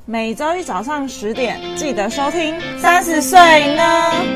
每周一早上10点记得收听30岁呢。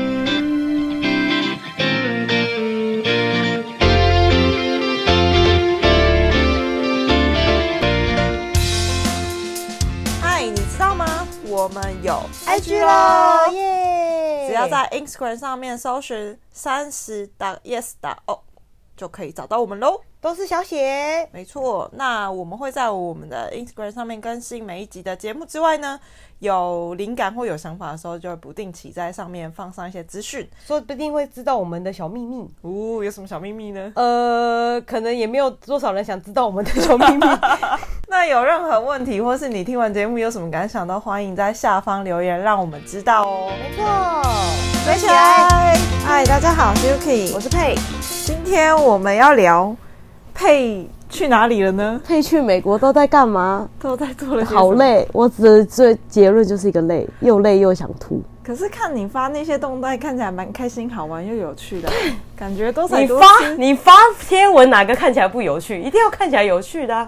嗨，你知道吗？我们有 IG 咯，耶！只要在 Instagram 上面搜寻30.yes.o 就可以找到我们咯。 都是小写， 没错。那我们会在我们的 Instagram 上面更新每一集的节目之外呢，有灵感或有想法的时候，就会不定期在上面放上一些资讯， 说不定会知道我们的小秘密。 有什么小秘密呢？ 可能也没有多少人想知道我们的小秘密。 那有任何问题，或是你听完节目有什么感想，都欢迎在下方留言，让我们知道哦。 没错， 追起来！嗨，大家好，我是 Yuki， 我是佩。 今天我们要聊佩去哪里了呢？ 佩去美国都在干嘛？ 都在做了些什么？ 好累，我最结论就是一个累，又累又想吐。 可是看你发那些动态，看起来蛮开心、好玩又有趣的，感觉多才多姿。 你发贴文哪个看起来不有趣？一定要看起来有趣的啊！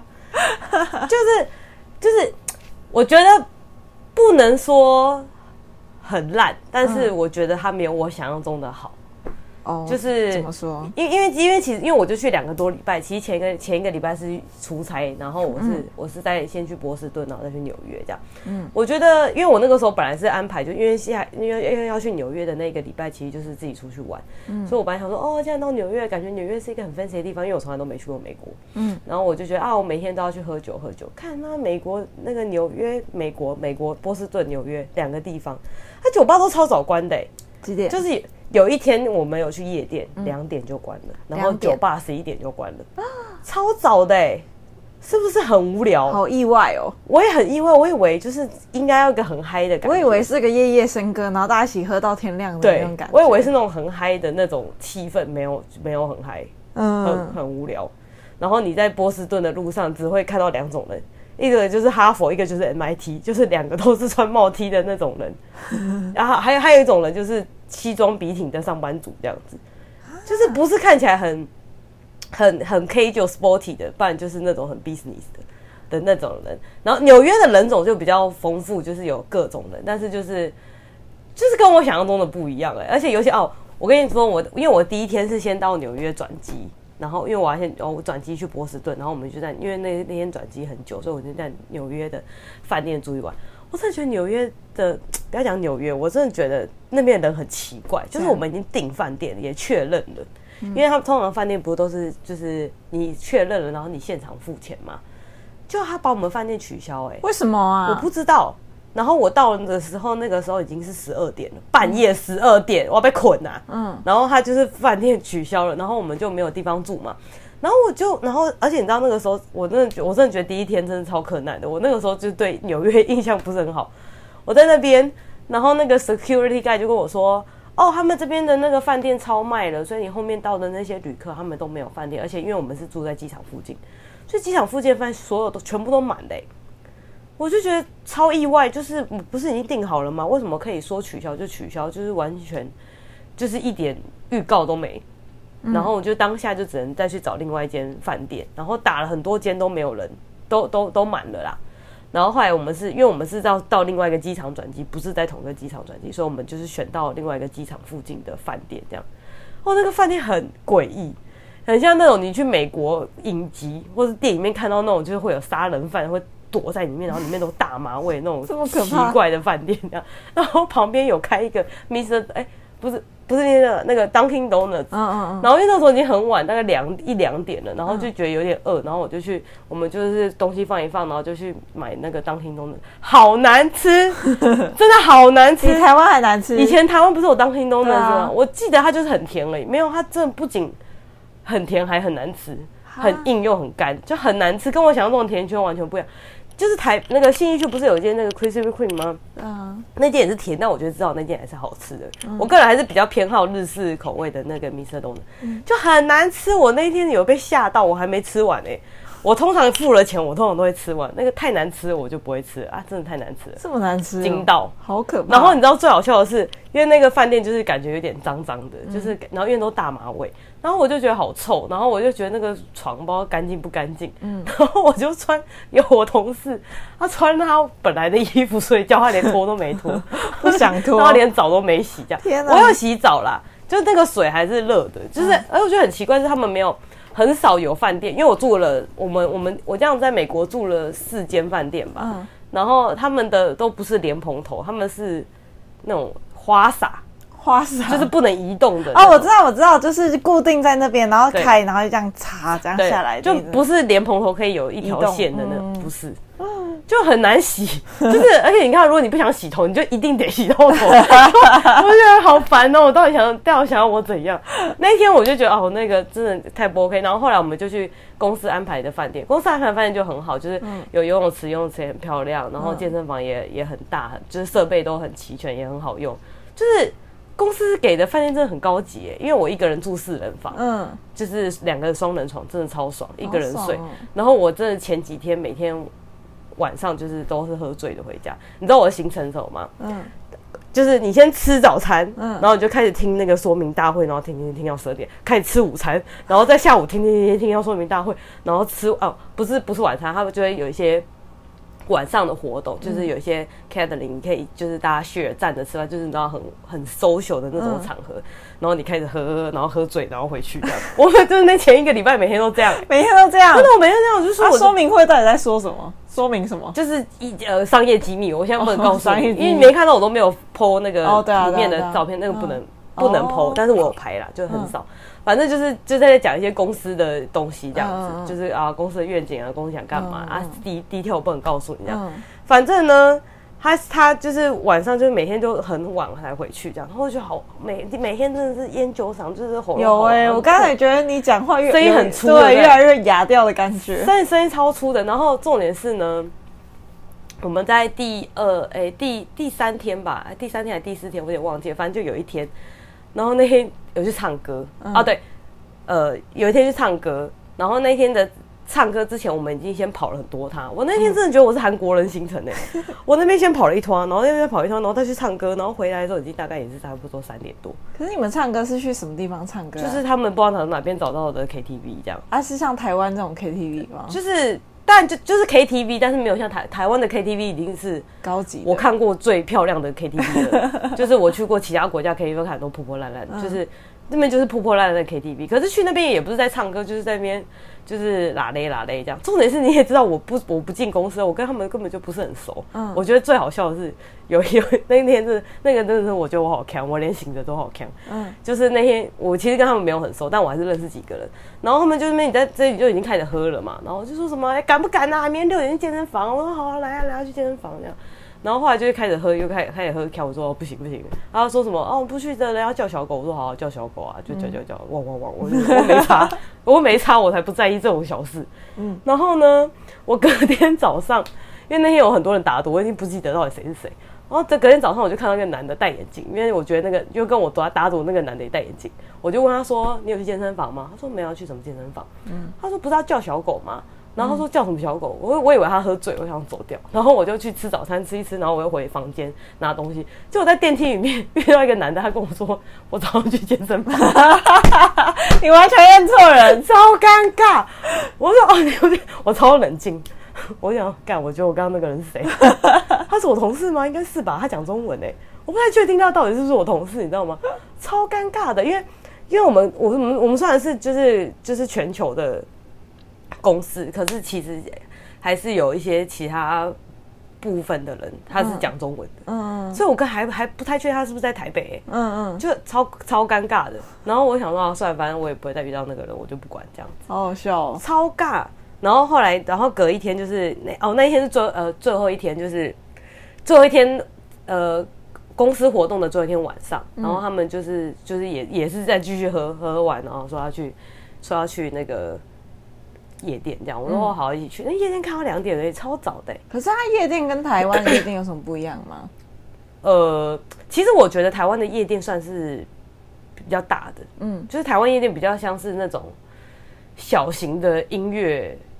就是，我觉得不能说很烂，但是我觉得它没有我想象中的好。就是怎么说？ 因为其实因为我就去2个多礼拜，其实前一个礼拜是出差，然后我是先去波士顿，然后再去纽约这样。我觉得因为我那个时候本来是安排，就因为要去纽约的那个礼拜，其实就是自己出去玩，所以我本来想说现在到纽约，感觉纽约是一个很 fancy 的地方，因为我从来都没去过美国。然后我就觉得我每天都要去喝酒，看那美国那个纽约，美国波士顿、纽约2个地方，它酒吧都超早关的。 几点？ 就是有一天我们有去夜店，2点就关了，然后酒吧11点就关了，超早的是不是很无聊？ 好意外哦！ 我也很意外，我以为就是应该要一个很嗨的感觉， 我以为是个夜夜笙歌，然后大家一起喝到天亮的那种感觉。 我以为是那种很嗨的那种气氛，没有很嗨，很无聊。然后你在波士顿的路上只会看到2种人。一个就是哈佛，一个就是 MIT， 就是2个都是穿帽 T 的那种人，然后还有一种人就是西装笔挺的上班族这样子，就是不是看起来很 casual sporty 的，不然就是那种很 business 的那种人。然后纽约的人种就比较丰富，就是有各种人，但是就是跟我想象中的不一样而且尤其我跟你说，因为我第一天是先到纽约转机。然后，因为我要我转机去波士顿，然后我们就因为那天转机很久，所以我就在纽约的饭店住一晚。我真的觉得纽约的，不要讲纽约，我真的觉得那边的人很奇怪，就是我们已经订饭店也确认了，因为他们通常饭店不都是就是你确认了，然后你现场付钱嘛，就他把我们饭店取消为什么啊？ 我不知道。然后我到的时候，那个时候已经是12点了，半夜12点，我要被捆啊！然后他就是饭店取消了，然后我们就没有地方住嘛。然后而且你知道那个时候，我真的觉得第一天真的超困难的。我那个时候就对纽约印象不是很好。我在那边，然后那个 security guy 就跟我说：“他们这边的那个饭店超卖了，所以你后面到的那些旅客他们都没有饭店，而且因为我们是住在机场附近，所以机场附近的饭店所有都全部都满的。”我就觉得超意外，就是不是已经订好了吗？为什么可以说取消就取消？就是完全就是一点预告都没。然后我就当下就只能再去找另外一间饭店，然后打了很多间都没有人，都满了啦。然后后来因为我们是到另外一个机场转机，不是在同一个机场转机，所以我们就是选到另外一个机场附近的饭店这样。那个饭店很诡异。很像那种你去美国影集或是电影里面看到那种，就是会有杀人犯会躲在里面，然后里面都大麻味那种奇怪的饭店这样。然后旁边有开一个 Mr. 不是那个 Dunkin' Donuts， 然后因为那时候已经很晚，大概1-2点了，然后就觉得有点饿，然后我们就是东西放一放，然后就去买那个 Dunkin' Donuts， 好难吃，真的好难吃， 比台湾还难吃。 以前台湾不是有 Dunkin' Donuts 吗？我记得它就是很甜而已，没有，它真的不仅很甜还很难吃，很硬又很干，就很难吃，跟我想象中的甜圈完全不一样。就是那个信义区不是有一间那个 Krispy Kreme 吗？那间也是甜，但我觉得至少那间还是好吃的。我个人还是比较偏好日式口味的那个 Mr. Donut，就很难吃。我那一天有被吓到，我还没吃完我通常付了钱，我通常都会吃完。那个太难吃了，我就不会吃了啊，真的太难吃了， 这么难吃、 惊到， 好可怕。 然后你知道最好笑的是，因为那个饭店就是感觉有点脏脏的，就是然后因为都大马味，然后我就觉得好臭，然后我就觉得那个床不知道干净不干净，然后我就有我同事他穿他本来的衣服睡觉，他连脱都没脱， 不想脱， 然后连澡都没洗，这样。 天哪！ 我有洗澡啦，就那个水还是热的，就是，而我觉得很奇怪是他们没有。很少有饭店，因为我住了我这样在美国住了4间饭店吧，然后他们的都不是莲蓬头，他们是那种花洒，就是不能移动的。 哦，我知道，就是固定在那边，然后开，然后就这样插，这样下来， 就不是莲蓬头可以有一条线的那，不是。就很难洗，就是而且你看，如果你不想洗头，你就一定得洗到头，我就觉得好烦哦！我到底想要我怎样？那一天我就觉得哦，那个真的太不 OK。然后后来我们就去公司安排的饭店，公司安排的饭店就很好，就是有游泳池，游泳池也很漂亮，然后健身房也很大，就是设备都很齐全，也很好用。就是公司给的饭店真的很高级耶，因为我一个人住4人房，就是2个双人床，真的超爽，一个人睡。然后我真的前几天每天。晚上就是都是喝醉的回家，你知道我的行程是什么吗？就是你先吃早餐，然后你就开始听那个说明大会，然后听到12点，开始吃午餐，然后在下午听到说明大会，然后吃不是晚餐，他们就会有一些晚上的活动，就是有一些 catering， 你可以就是大家 share 站着吃饭，就是你知道很 social 的那种场合，然后你开始喝，然后喝醉，然后回去这样。我们就是那前1个礼拜每天都这样， 每天都这样。 真的，我每天这样，我就说说明会到底在说什么？说明什么？ 就是商业机密，我现在不能告诉你，因为你没看到我都没有 po 那个里面的照片，那个不能 po，但是我有拍啦，就很少。反正就在讲一些公司的东西这样子，就是公司的愿景啊，公司想干嘛detail 我不能告诉你这样。反正呢，他就是晚上就是每天都很晚才回去这样，然后就好每天真的是烟酒嗓，就是喉咙有我刚才觉得你讲话声音很粗， 对，越来越哑掉的感觉， 声音超粗的。然后重点是呢，我们在第3天吧，第3天还是第4天，我有点忘记了，反正就有一天，然后那天有去唱歌对，有一天去唱歌，然后那天的。唱歌之前，我们已经先跑了很多趟。我那天真的觉得我是韩国人行程我那边先跑了一趟，然后那边跑一趟，然后再去唱歌，然后回来的时候已经大概也是差不多3点多。 可是你们唱歌是去什么地方唱歌？ 就是他们不知道从哪边找到的 KTV 这样。 是像台湾这种 KTV 吗？ 就是，但就是 KTV， 但是没有像台湾的 KTV 已经是高级。 我看过最漂亮的 KTV 了，就是我去过其他国家 KTV 看都破破烂烂，就是那边就是破破烂烂的 KTV。可是去那边也不是在唱歌，就是在那边。就是拉勒这样，重点是你也知道我不进公司，我跟他们根本就不是很熟。我觉得最好笑的是有那天是那个真的是我觉得我好强，我连醒着都好强。就是那天我其实跟他们没有很熟，但我还是认识几个人。然后他们就是你在这里就已经开始喝了嘛，然后就说什么赶不赶啊？明天6点去健身房。我说好来啊去健身房这样。然后后来就开始喝，又开始喝跳。我说不行，然后说什么不去的人要叫小狗。我说好叫小狗啊，就叫汪，我没差，我才不在意这种小事。然后呢，我隔天早上，因为那天有很多人打赌，我已经不记得到底谁是谁。然后隔天早上我就看到一个男的戴眼镜，因为我觉得那个就跟我打赌那个男的也戴眼镜，我就问他说：“你有去健身房吗？”他说：“没有，去什么健身房？”他说：“不是要叫小狗吗？”然后他说叫什么小狗，我以为他喝醉，我想走掉，然后我就去吃早餐，吃一吃，然后我又回房间拿东西，结果在电梯里面遇到一个男的，他跟我说我早上去健身房， 你完全认错人， 超尴尬。我说我超冷静，我想干，我觉得我刚刚那个人是谁？他是我同事吗？应该是吧，他讲中文我不太确定他到底是不是我同事，你知道吗？超尴尬的，因为我们虽然是就是全球的。公司，可是其实还是有一些其他部分的人他是讲中文的，所以我还不太确定他是不是在台北就超尴尬的。然后我想说算了，反正我也不会再遇到那个人，我就不管这样子。 好好笑超尬。然后后来，隔一天就是那一天是最后一天，就是最后一天公司活动的最后一天晚上，然后他们就是也是在继续喝完，然后说要去那个。夜店这样，我说好一起去。那夜店看到2点而已，超早的。 可是它夜店跟台湾夜店有什么不一样吗？ 其实我觉得台湾的夜店算是比较大的，就是台湾夜店比较像是那种小型的音乐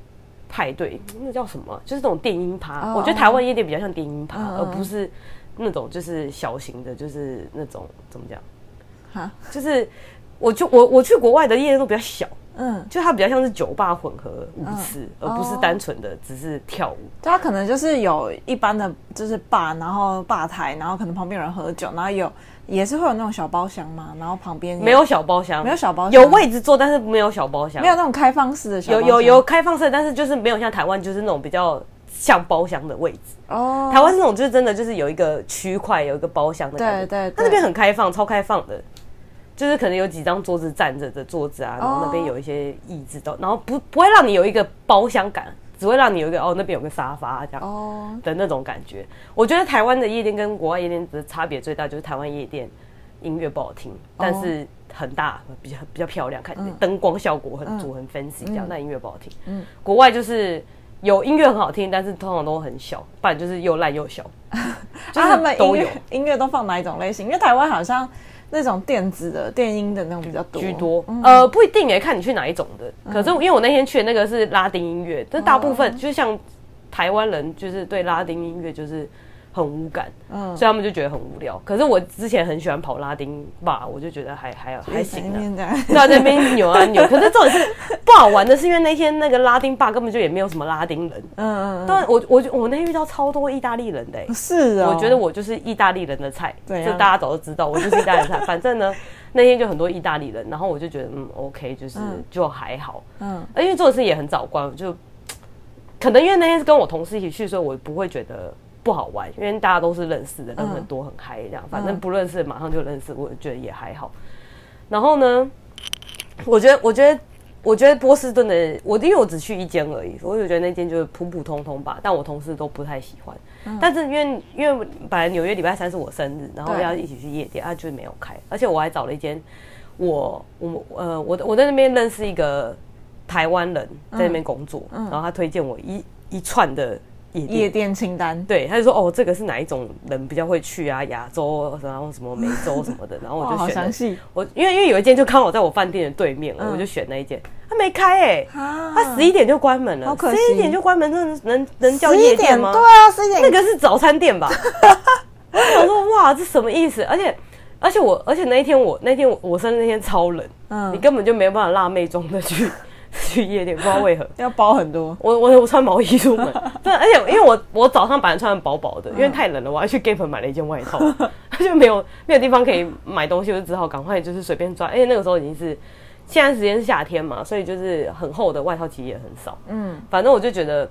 派对，那叫什么？就是那种电音趴。我觉得台湾夜店比较像电音趴，而不是那种就是小型的，就是那种怎么讲？哈，就是我去国外的夜店都比较小。就它比较像是酒吧混合舞池，而不是单纯的只是跳舞。 它可能就是有一般的就是吧，然后吧台，然后可能旁边有人喝酒，然后也是会有那种小包厢嘛，然后旁边没有小包厢， 没有小包厢， 有位置坐，但是没有小包厢， 没有那种开放式的小包厢。 有开放式，但是就是没有像台湾就是那种比较像包厢的位置。台湾那种就是真的就是有一个区块，有一个包厢的感觉。对，它那边很开放，超开放的。就是可能有几张桌子站着的桌子啊，然后那边有一些椅子都，然后不会让你有一个包厢感，只会让你有一个那边有个沙发这样的那种感觉。我觉得台湾的夜店跟国外夜店的差别最大就是台湾夜店音乐不好听，但是很大，比较漂亮，看灯光效果很足很 fancy 这样，但音乐不好听。国外就是有音乐很好听，但是通常都很小，不然就是又烂又小。 就是他们音乐都放哪一种类型？因为台湾好像那种电子的、电音的那种比较多， 居多。不一定看你去哪一种的。可是因为我那天去的那个是拉丁音乐，但大部分就像台湾人，就是对拉丁音乐就是很无感，所以他们就觉得很无聊。可是我之前很喜欢跑拉丁吧，我就觉得还行啊。对啊，那边扭啊扭。可是重点是不好玩的是，因为那天那个拉丁吧根本就也没有什么拉丁人。但我那天遇到超多意大利人的。 是啊， 我觉得我就是意大利人的菜，这大家早就知道，我就是意大利人的菜。反正呢，那天就很多意大利人，然后我就觉得OK， 就还好。因为做的事也很早关，就可能因为那天是跟我同事一起去，所以我不会觉得不好玩，因为大家都是认识的，人很多很嗨这样，反正不认识马上就认识，我觉得也还好。然后呢，我觉得波士顿的因为我只去一间而已，我就觉得那间就是普普通通吧，但我同事都不太喜欢。但是因为本来纽约礼拜3是我生日，然后要一起去夜店，就没有开，而且我还找了一间我在那边认识一个台湾人在那边工作，然后他推荐我一串的夜店清单。 对，他就说这个是哪一种人比较会去啊，亚洲然后什么美洲什么的，然后我就选了。 好详细。 因为有一间就刚好在我饭店的对面了，我就选那一间。他没开他11点就关门了， 好可惜。 11点就关门，能叫夜店吗？ 对啊，11点那个是早餐店吧？我想说哇，这什么意思？而且那一天我生日那天超冷，你根本就没有办法辣妹装的去夜店，不知道为何要包很多。 我穿毛衣出门，对，而且因为我早上本来穿的薄薄的，因为太冷了，我还去 Gap 买了一件外套，就没有地方可以买东西，我就只好赶快就是随便抓。而且那个时候已经是现在时间是夏天嘛，所以就是很厚的外套其实也很少。反正我就觉得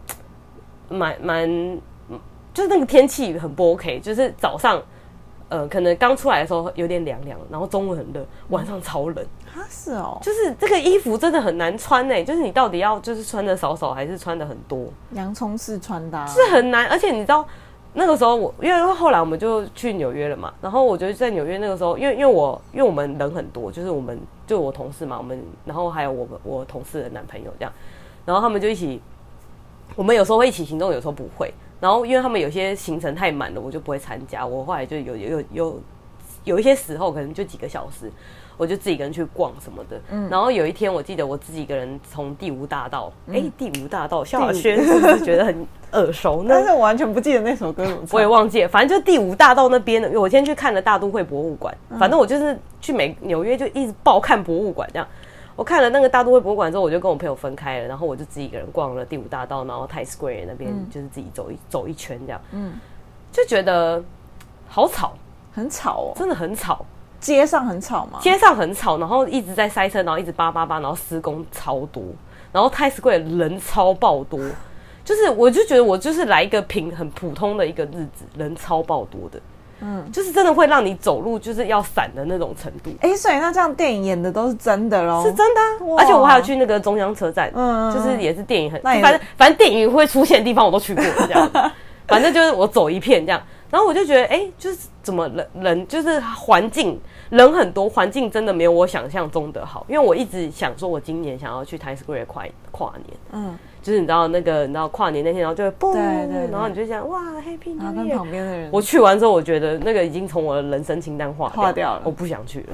就是那个天气很不 OK， 就是早上可能刚出来的时候有点凉凉，然后中午很热，晚上超冷。 是哦， 就是这个衣服真的很难穿就是你到底要就是穿的少少还是穿的很多？ 洋葱式穿搭是很难，而且你知道那个时候因为后来我们就去纽约了嘛，然后我觉得在纽约那个时候，因为我们人很多，就是我同事嘛，然后还有我同事的男朋友这样，然后他们就一起，我们有时候会一起行动，有时候不会。然后因为他们有些行程太满了，我就不会参加。我后来就有一些时候可能就几个小时，我就自己一个人去逛什么的。然后有一天我记得我自己一个人从第5大道，第5大道，萧亚轩是不是觉得很耳熟呢？ 但是我完全不记得那首歌怎么唱， 我也忘记了。反正就第5大道那边的，我先去看了大都会博物馆。反正我就是去纽约就一直爆看博物馆这样。我看了那个大都会博物馆之后，我就跟我朋友分开了，然后我就自己一个人逛了第5大道，然后 Times Square 那边就是自己走一圈这样，就觉得好吵， 很吵真的很吵。 街上很吵吗？ 街上很吵，然后一直在塞车，然后一直叭，然后施工超多，然后 Times Square 人超爆多，就是我就觉得我就是来一个很普通的一个日子，人超爆多的。就是真的会让你走路就是要闪的那种程度。 所以那这样电影演的都是真的咯？ 是真的而且我还有去那个中央车站，就是也是电影反正电影会出现的地方我都去过这样反正就是我走一片这样，然后我就觉得就是怎么人就是环境人很多，环境真的没有我想象中的好。因为我一直想说我今年想要去 Times Square 跨年，就是你知道跨年那天，然后就会嘣，对，然后你就想哇 Happy New Year， 跟旁边的人。 我去完之后，我觉得那个已经从我的人生清单划掉了， 了， 我不想去了。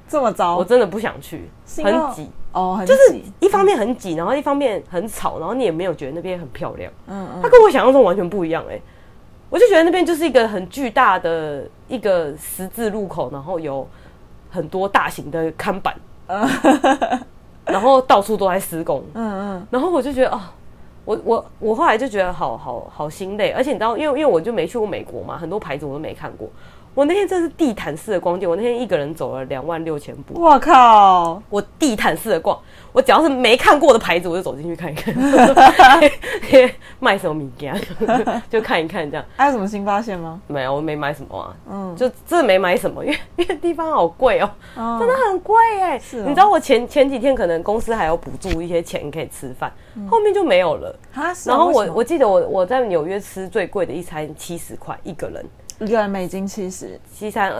这么糟， 我真的不想去，很挤哦，很挤，就是一方面嗯很挤，然后一方面很吵，然后你也没有觉得那边很漂亮。它跟我想象中完全不一样我就觉得那边就是一个很巨大的一个十字路口，然后有很多大型的看板，然后到处都在施工，然后我就觉得我后来就觉得好心累，而且你知道，因为我就没去过美国嘛，很多牌子我都没看过。我那天真是地毯式的逛街，我那天一个人走了26000步。 我靠！ 我地毯式的逛，我只要是没看过的牌子，我就走进去看一看，卖什么米干就看一看这样。 还有什么新发现吗？ 没有，我没买什么啊，就真的没买什么，因为地方好贵真的很贵是你知道我前几天可能公司还有补助一些钱可以吃饭，后面就没有了。然后我记得我在纽约吃最贵的一餐70块一个人。 1个人美金70， 西餐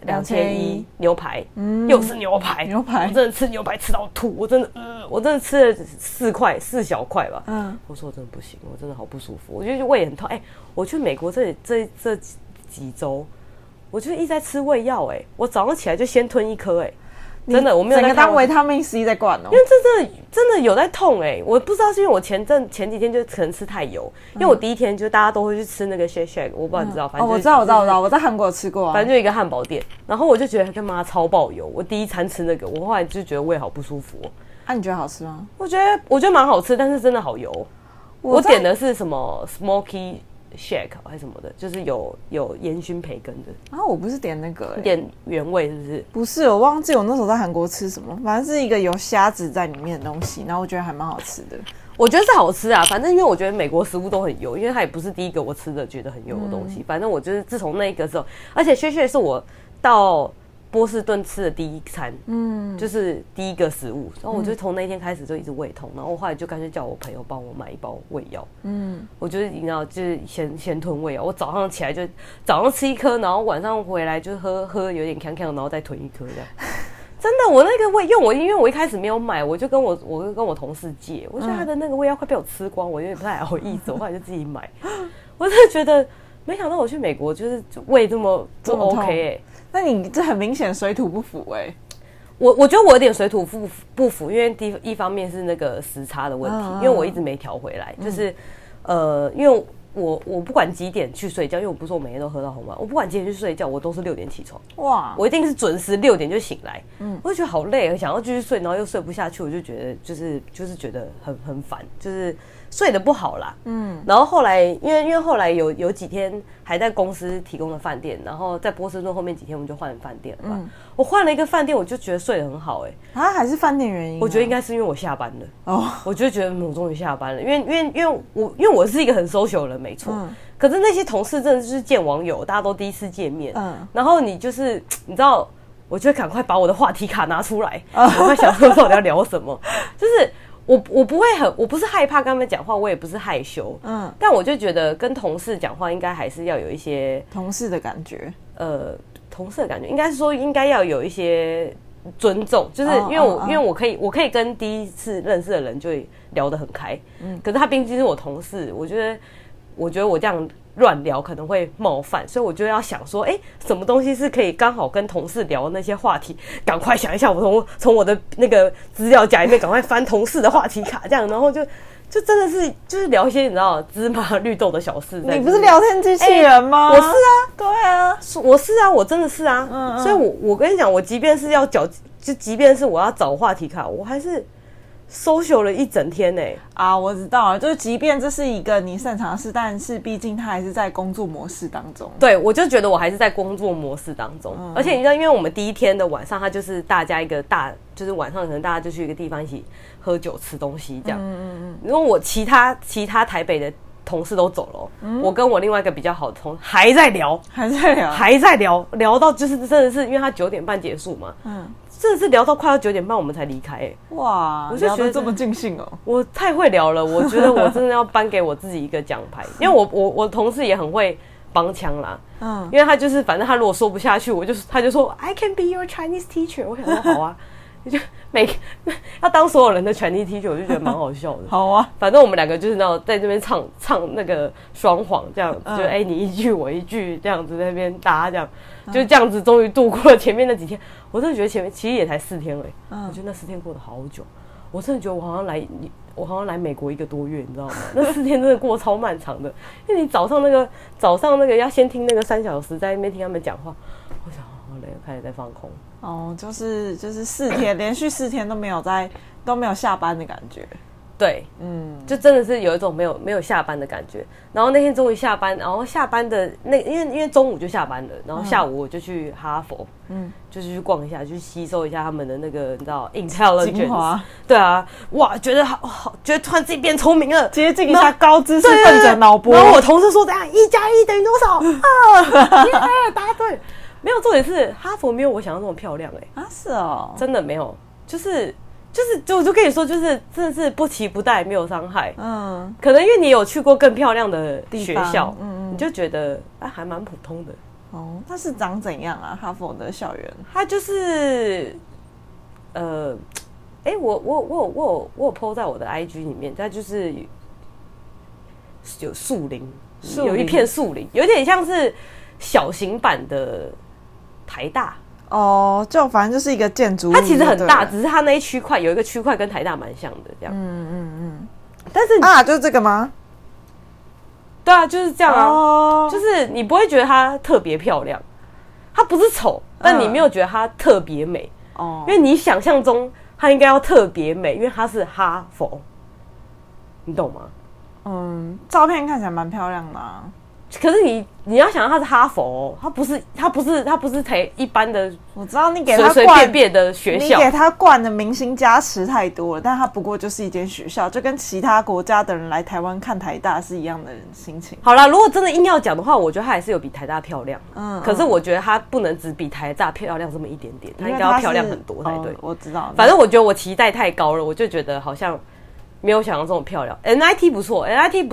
2100牛排，又是牛排，我真的吃牛排吃到吐，我真的吃了4小块吧，我说我真的不行，我真的好不舒服，我觉得胃很痛。我去美国这几周，我就一直在吃胃药，我早上起来就先吞1颗，真的，我没有在整个当维他命 C 在灌因为这真的有在痛我不知道是因为我前几天就可能吃太油，因为我第一天就大家都会去吃那个 Shake Shack， 我不知道你知道，反正我知道，我在韩国有吃过反正就一个汉堡店，然后我就觉得他妈超爆油，我第一餐吃那个，我后来就觉得胃好不舒服你觉得好吃吗？ 我觉得蛮好吃，但是真的好油。我点的是什么 Smoky Shake 还是什么的，就是有烟熏培根的。 我不是点那个点原味是不是？ 不是，我忘记我那时候在韩国吃什么，反正是一个有虾子在里面的东西，然后我觉得还蛮好吃的。 我觉得是好吃啊，反正因为我觉得美国食物都很油，因为它也不是第一个我吃的觉得很油的东西。反正我就是自从那个时候，而且Shake Shack是我到波士顿吃的第一餐，就是第一个食物，然后我就从那一天开始就一直胃痛，然后我后来就干脆叫我朋友帮我买一包胃药，我就是你知道，就是先吞胃药，我早上起来就早上吃1颗，然后晚上回来就喝有点锵锵，然后再吞1颗这样。真的，我那个胃，因为我一开始没有买，我就跟我同事借，我觉得他的那个胃药快被我吃光，我有点不太好意思，我后来就自己买。我真的觉得，没想到我去美国就是胃这么 OK 那你这很明显水土不服我觉得我有点水土不服，因为一方面是那个时差的问题，因为我一直没调回来，就是因为我不管几点去睡觉，因为我不是我每天都喝到很晚，我不管几点去睡觉，我都是6点起床。哇！我一定是准时6点就醒来。我就觉得好累，想要继续睡，然后又睡不下去，我就觉得就是觉得很烦，就是睡得不好啦。然后后来因为后来有几天还在公司提供的饭店，然后在波士顿后面几天我们就换饭店了吧。我换了一个饭店，我就觉得睡得很好还是饭店原因？ 我觉得应该是因为我下班了我就觉得我终于下班了，因为我是一个很 social 的人，没错。可是那些同事真的就是见网友，大家都第一次见面，然后你就是你知道，我就会赶快把我的话题卡拿出来，我在想说到底要聊什么，就是我不是害怕跟他们讲话，我也不是害羞，但我就觉得跟同事讲话应该还是要有一些同事的感觉， 同事的感觉，应该是说应该要有一些尊重，就是因为我可以跟第一次认识的人就聊得很开，可是他毕竟是我同事，我觉得我这样乱聊可能会冒犯，所以我就要想说，什么东西是可以刚好跟同事聊的那些话题，赶快想一下，我从我的那个资料夹里面赶快翻同事的话题卡，这样，然后就真的是就是聊一些你知道芝麻绿豆的小事。 你不是聊天机器人吗？ 我是啊， 对啊， 我是啊，我真的是啊，所以我跟你讲，我即便是即便是我要找话题卡，我还是social 了一整天我知道了，就是即便这是一个你擅长的事，但是毕竟他还是在工作模式当中。 对，我就觉得我还是在工作模式当中，而且你知道，因为我们第一天的晚上，它就是大家一个就是晚上可能大家就去一个地方一起喝酒吃东西这样。因为我其他台北的同事都走了，我跟我另外一个比较好的同事还在聊，聊到就是真的是因为他9点半结束嘛，真的是聊到快要9点半我们才离开哇，我就觉得这么尽兴我太会聊了，我觉得我真的要颁给我自己一个奖牌，因为我同事也很会帮腔啦，因为他就是反正他如果说不下去，他就说 I can be your Chinese teacher， 我想说好啊。 就要当所有人的权利 T 恤，我就觉得蛮好笑的。 好啊， 反正我们两个就是那种在这边唱那个双簧这样子，就你一句我一句这样子在那边搭这样，就这样子终于度过了前面那几天。我真的觉得前面其实也才4天而已，我觉得那4天过得好久。我真的觉得我好像来美国1个多月，你知道吗？那4天真的过超漫长的，因为你早上那个要先听那个3小时，在那边听他们讲话，我想好累，开始在放空。 哦，就是4天，连续4天都没有下班的感觉。 对，就真的是有一种没有下班的感觉。然后那天终于下班，然后下班的因为中午就下班了，然后下午我就去哈佛，就是去逛一下，去吸收一下他们的那个你知道 intelligence， 对啊，哇，觉得好，觉得突然自己变聪明了， 接近一下高知识分子脑波。 然后我同事说怎样1+1等于多少2，答对。没有，重点是哈佛没有我想象中的漂亮是哦， 真的没有，我就跟你说，就是真的是不期不待，没有伤害。可能因为你有去过更漂亮的学校，你就觉得还蛮普通的。 哦，它是长怎样啊？哈佛的校园？ 它就是我有 po 在我的 IG 里面，它就是有树林，有一片树林，有点像是小型版的台大。 哦，就反正就是一个建筑物， 它其实很大，只是它那一区块有一个区块跟台大蛮像的，这样。但是就是这个吗？ 对啊，就是这样啊。就是你不会觉得它特别漂亮，它不是丑，但你没有觉得它特别美因为你想象中它应该要特别美，因为它是哈佛，你懂吗？ 照片看起来蛮漂亮的啊。 可是你要想它是哈佛它不是才一般的， 我知道你给它随随便便的学校， 你给它灌的明星加持太多了，但它不过就是一间学校，就跟其他国家的人来台湾看台大是一样的心情。 好啦，如果真的硬要讲的话，我觉得它还是有比台大漂亮，可是我觉得它不能只比台大漂亮这么一点点，它应该要漂亮很多才对。 我知道， 反正我觉得我期待太高了，我就觉得好像没有想象中漂亮。NIT 不错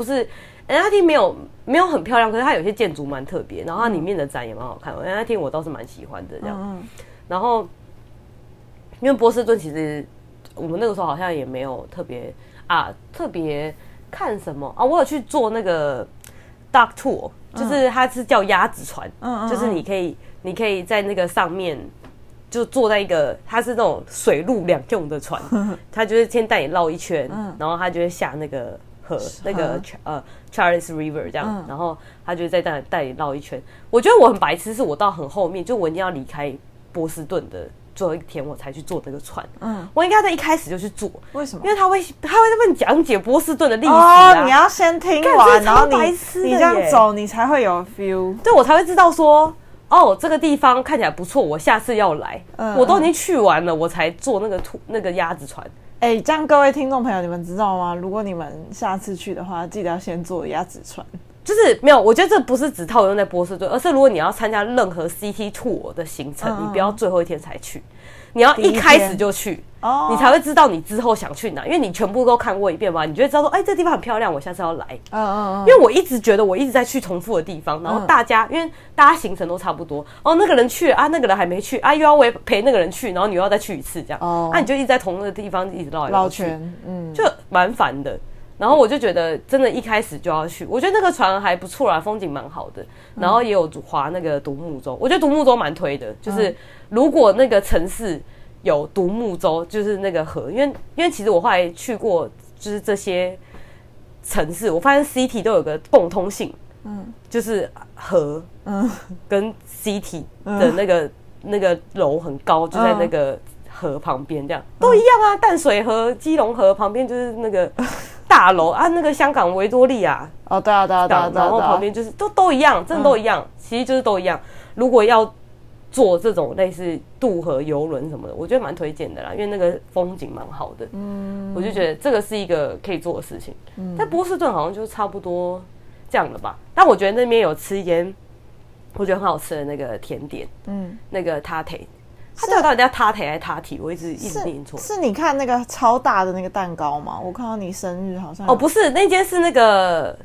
，NIT 没有很漂亮，可是它有些建筑蛮特别，然后它里面的展也蛮好看。NIT 我倒是蛮喜欢的这样。然后因为波士顿其实我们那个时候好像也没有特别看什么我有去做那个 Duck Tour，就是它是叫鸭子船，就是你可以在那个上面就坐在一个，它是那种水陆两用的船，它就是先带你绕一圈，然后它就会下那个河，那个Charles River 这样，然后他就再带你绕一圈。我觉得我很白痴，是我到很后面，就我一定要离开波士顿的最后一天，我才去坐那个船。我应该在一开始就去坐，为什么？因为他会在那边讲解波士顿的历史你要先听完，然后你这样走，你才会有 feel， 对，我才会知道说。这个地方看起来不错，我下次要来。我都已经去完了，我才坐那个鸭子船。 这样各位听众朋友，你们知道吗？如果你们下次去的话，记得要先坐鸭子船。 就是没有，我觉得这不是只套用在波士顿，而是如果你要参加任何 City Tour 的行程，你不要最后一天才去，你要一开始就去，你才会知道你之后想去哪，因为你全部都看过一遍嘛，你就会知道说，这地方很漂亮，我下次要来。因为我一直觉得我一直在去重复的地方，然后因为大家行程都差不多，那个人去啊，那个人还没去啊，又要陪那个人去，然后你又要再去一次这样，你就一直在同一个地方一直绕来绕去，就蛮烦的。然后我就觉得真的一开始就要去，我觉得那个船还不错啦，风景蛮好的，然后也有划那个独木舟，我觉得独木舟蛮推的，就是如果那个城市有独木舟，就是那个河，因为其实我后来去过就是这些城市，我发现 city 都有个共通性，就是河，跟 city 的那个楼很高，就在那个河旁边，这样都一样啊。淡水河、基隆河旁边就是那个大楼啊，那个香港维多利亚对啊， 然后旁边就是都一样，真的都一样，其实就是都一样。如果要做这种类似渡河游轮什么的，我觉得蛮推荐的啦，因为那个风景蛮好的。我就觉得这个是一个可以做的事情。在波士顿好像就差不多这样了吧。但我觉得那边有吃一间我觉得很好吃的那个甜点，那个塔铁，它到底叫塔铁还是塔提？我一直念错。 是你看那个超大的那个蛋糕吗？我看到你生日好像不是，那间是那个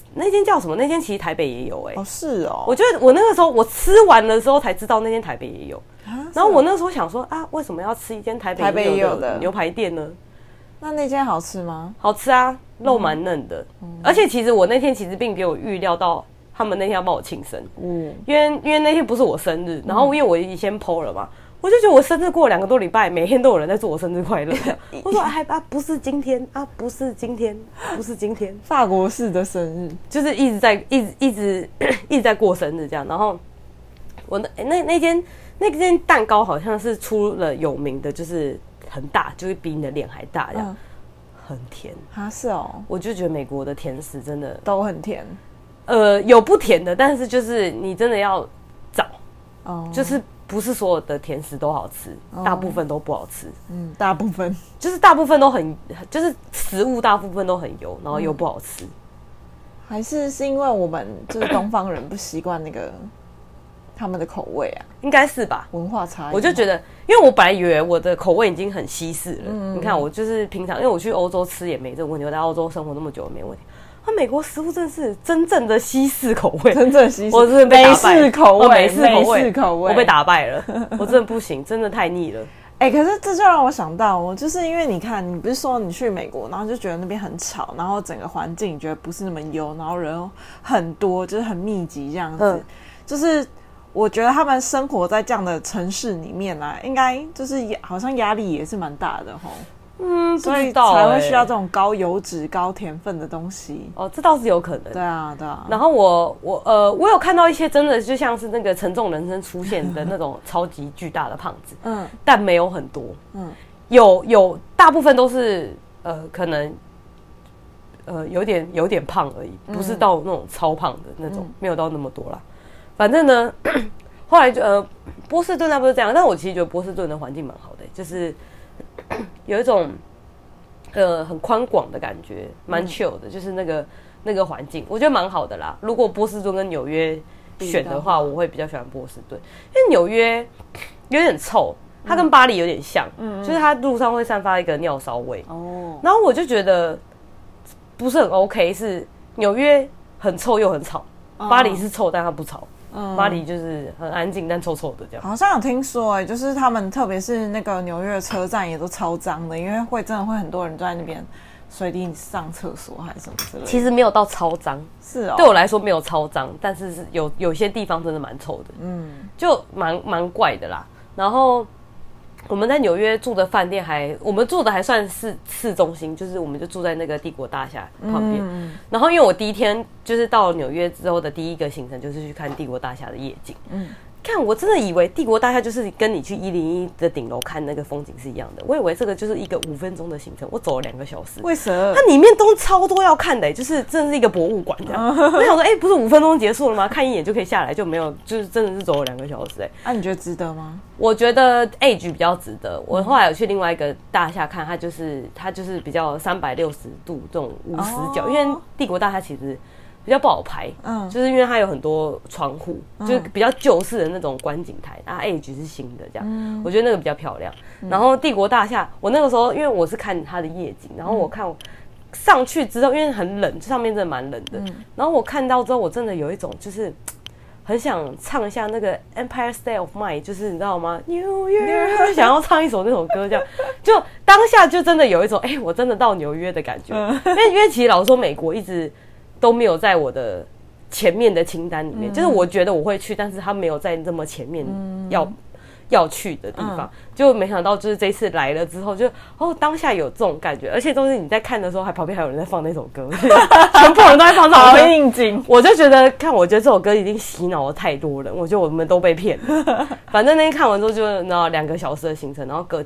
那间叫什么？那间其实台北也有哦，是哦。 我觉得我那个时候我吃完的时候才知道那间台北也有。然后我那时候想说啊，为什么要吃一间台北也有的牛排店呢？ 那间好吃吗？ 好吃啊，肉蛮嫩的。而且其实我那天其实并没有预料到他们那天要帮我庆生。因为那天不是我生日，然后因为我已经先 po 了嘛。我就觉得我生日过了2个多礼拜，每天都有人在祝我生日快乐。我说不是今天啊，不是今天，不是今天， 法国式的生日， 就是一直在过生日这样。然后我那间蛋糕好像是出了有名的，就是很大，就是比你的脸还大这样，很甜啊，是哦。 我就觉得美国的甜食真的都很甜， 有不甜的，但是就是你真的要找，就是不是所有的甜食都好吃，大部分都不好吃。 大部分就是大部分都很，就是食物大部分都很油，然后又不好吃。 还是因为我们就是东方人不习惯那个他们的口味啊？ 应该是吧， 文化差异。 我就觉得，因为我本来以为我的口味已经很西式了。你看，我就是平常，因为我去欧洲吃也没这个问题，我在澳洲生活那么久也没问题。美国食物真的是真正的西式口味， 真正西式， 我真的被打败美式口味， 美式口味，我被打败了，我真的不行，真的太腻了。 可是这就让我想到，我就是因为你看，你不是说你去美国，然后就觉得那边很吵，然后整个环境你觉得不是那么优，然后人很多，就是很密集这样子，就是我觉得他们生活在这样的城市里面啊，应该就是好像压力也是蛮大的吼。所以才会需要这种高油脂、高甜分的东西。 这倒是有可能。 对啊，对啊。 然后我有看到一些真的就像是那个沉重人生出现的那种超级巨大的胖子，但没有很多，有大部分都是可能有点胖而已，不是到那种超胖的那种，没有到那么多啦。反正呢，后来就波士顿那不是这样，但我其实觉得波士顿的环境蛮好的，就是有一种很宽广的感觉，蛮 chill 的，就是那个环境，我觉得蛮好的啦。如果波士顿跟纽约选的话，我会比较喜欢波士顿，因为纽约有点臭，它跟巴黎有点像，就是它路上会散发一个尿骚味。然后我就觉得不是很 OK， 是纽约很臭又很吵，巴黎是臭但它不吵。巴黎就是很安静但臭臭的这样。 好像有听说就是他们特别是那个纽约的车站也都超脏的，因为真的会很多人在那边随地上厕所还是什么之类的。 其实没有到超脏， 是哦， 对我来说没有超脏，但是有些地方真的蛮臭的，就蛮怪的啦。然后我们在纽约住的饭店我们住的还算是市中心，就是我们就住在那个帝国大厦旁边。然后因为我第一天就是到了纽约之后的第一个行程就是去看帝国大厦的夜景。看我真的以为帝国大厦就是跟你去101的顶楼看那个风景是一样的，我以为这个就是一个5分钟的行程，我走了2个小时。 为什么？ 它里面都超多要看的，就是真的是一个博物馆这样。我想说，不是5分钟结束了吗？看一眼就可以下来，就没有，就是真的是走了2个小时。 你觉得值得吗？ 我觉得 Age 比较值得。我后来有去另外一个大厦看，它就是比较360度这种50角，因为帝国大厦其实比较不好拍，就是因为它有很多窗户，就是比较旧式的那种观景台，Age 是新的这样，我觉得那个比较漂亮。然后帝国大厦，我那个时候因为我是看它的夜景，然后我看上去之后，因为很冷，上面真的蛮冷的，然后我看到之后，我真的有一种就是很想唱一下那个 Empire State of Mind， 就是你知道吗？ New York， 想要唱一首那首歌，这样就当下就真的有一种我真的到纽约的感觉。因为其实老实说，美国一直都没有在我的前面的清单里面，就是我觉得我会去，但是他没有在这么前面要去的地方，就没想到就是这一次来了之后，就当下有这种感觉，而且都是你在看的时候，旁边还有人在放那首歌，全部人都在放这首歌， 好应景。 我就觉得我觉得这首歌已经洗脑了太多人，我觉得我们都被骗了。反正那天看完之后，就2个小时的行程，然后隔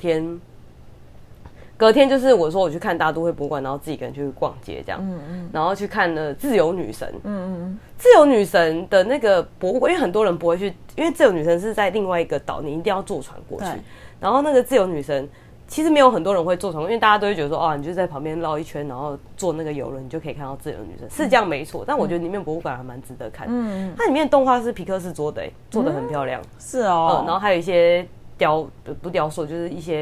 天就是我说我去看大都会博物馆，然后自己一个人去逛街这样，然后去看了自由女神，自由女神的那个博物馆，因为很多人不会去，因为自由女神是在另外一个岛，你一定要坐船过去。然后那个自由女神其实没有很多人会坐船，因为大家都会觉得说你就在旁边绕一圈，然后坐那个游轮，你就可以看到自由女神，是这样没错。但我觉得里面博物馆还蛮值得看，它里面的动画是皮克斯做的，做得很漂亮， 是哦。 然后还有一些不雕塑，就是一些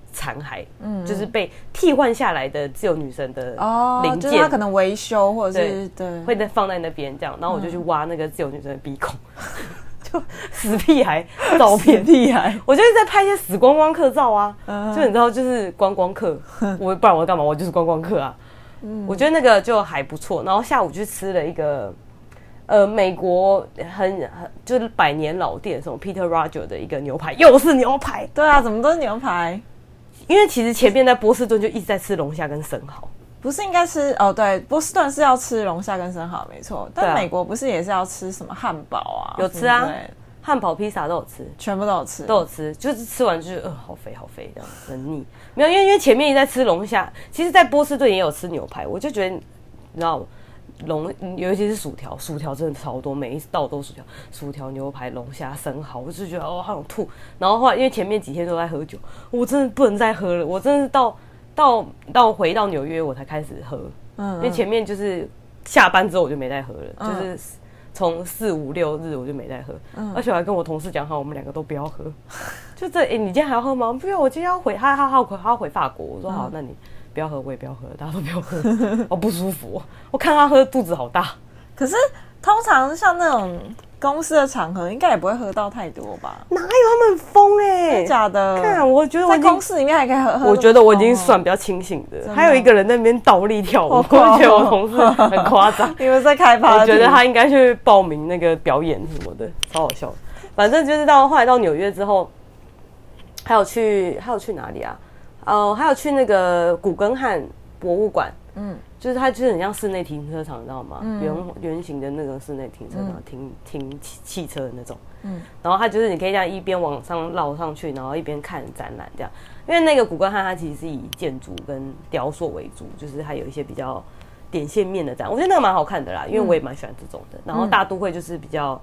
残骸，就是被替换下来的自由女神的零件， 就是它可能维修或者是对会放在那边这样，然后我就去挖那个自由女神的鼻孔，就死屁孩照片， 屁孩， 我就是在拍一些死观光客照啊，就你知道，就是观光客，不然我要干嘛？我就是观光客啊。我觉得那个就还不错，然后下午去吃了一个。美国很就是100年老店，什么 Peter Roger 的一个牛排，又是牛排。 对啊，怎么都是牛排？ 因为其实前面在波士顿就一直在吃龙虾跟生蚝， 不是应该吃对，波士顿是要吃龙虾跟生蚝没错，但美国不是也是要吃什么汉堡啊？ 有吃啊，汉堡、披萨都有吃， 全部都有吃， 都有吃，就是吃完就是好肥好肥这样，很腻。没有，因为前面一直在吃龙虾，其实在波士顿也有吃牛排，我就觉得你知道。尤其是薯条真的超多，每一道都薯条、牛排、龙虾、生蚝，我就觉得好想吐。然后后来因为前面几天都在喝酒，我真的不能再喝了。我真的是回到纽约我才开始喝，因为前面就是下班之后我就没再喝了，就是从4、5、6日我就没再喝，而且我还跟我同事讲好，我们2个都不要喝。就你今天还要喝吗？不要，我今天要回，他要回法国。我说好，那你。不要喝，我也不要喝，大家都不要喝，我不舒服。我看他喝，肚子好大。 可是通常像那种公司的场合，应该也不会喝到太多吧？ 哪有，他们很疯欸？ 真的假的？ 看，我觉得在公司里面还可以喝。 我觉得我已经算比较清醒的。还有一个人在那边倒立跳舞，我觉得我同事很夸张。 你们在开趴？ 我觉得他应该去报名那个表演什么的，超好笑。反正就是后来到纽约之后，还有去哪里啊？还有去那个古根汉博物馆，就是它就是很像室内停车场，你知道吗？圆形的那个室内停车场，停汽车的那种。然后它就是你可以这样一边往上绕上去，然后一边看展览这样。因为那个古根汉它其实是以建筑跟雕塑为主，就是它有一些比较点线面的展，我觉得那个蛮好看的啦，因为我也蛮喜欢这种的。然后大都会就是比较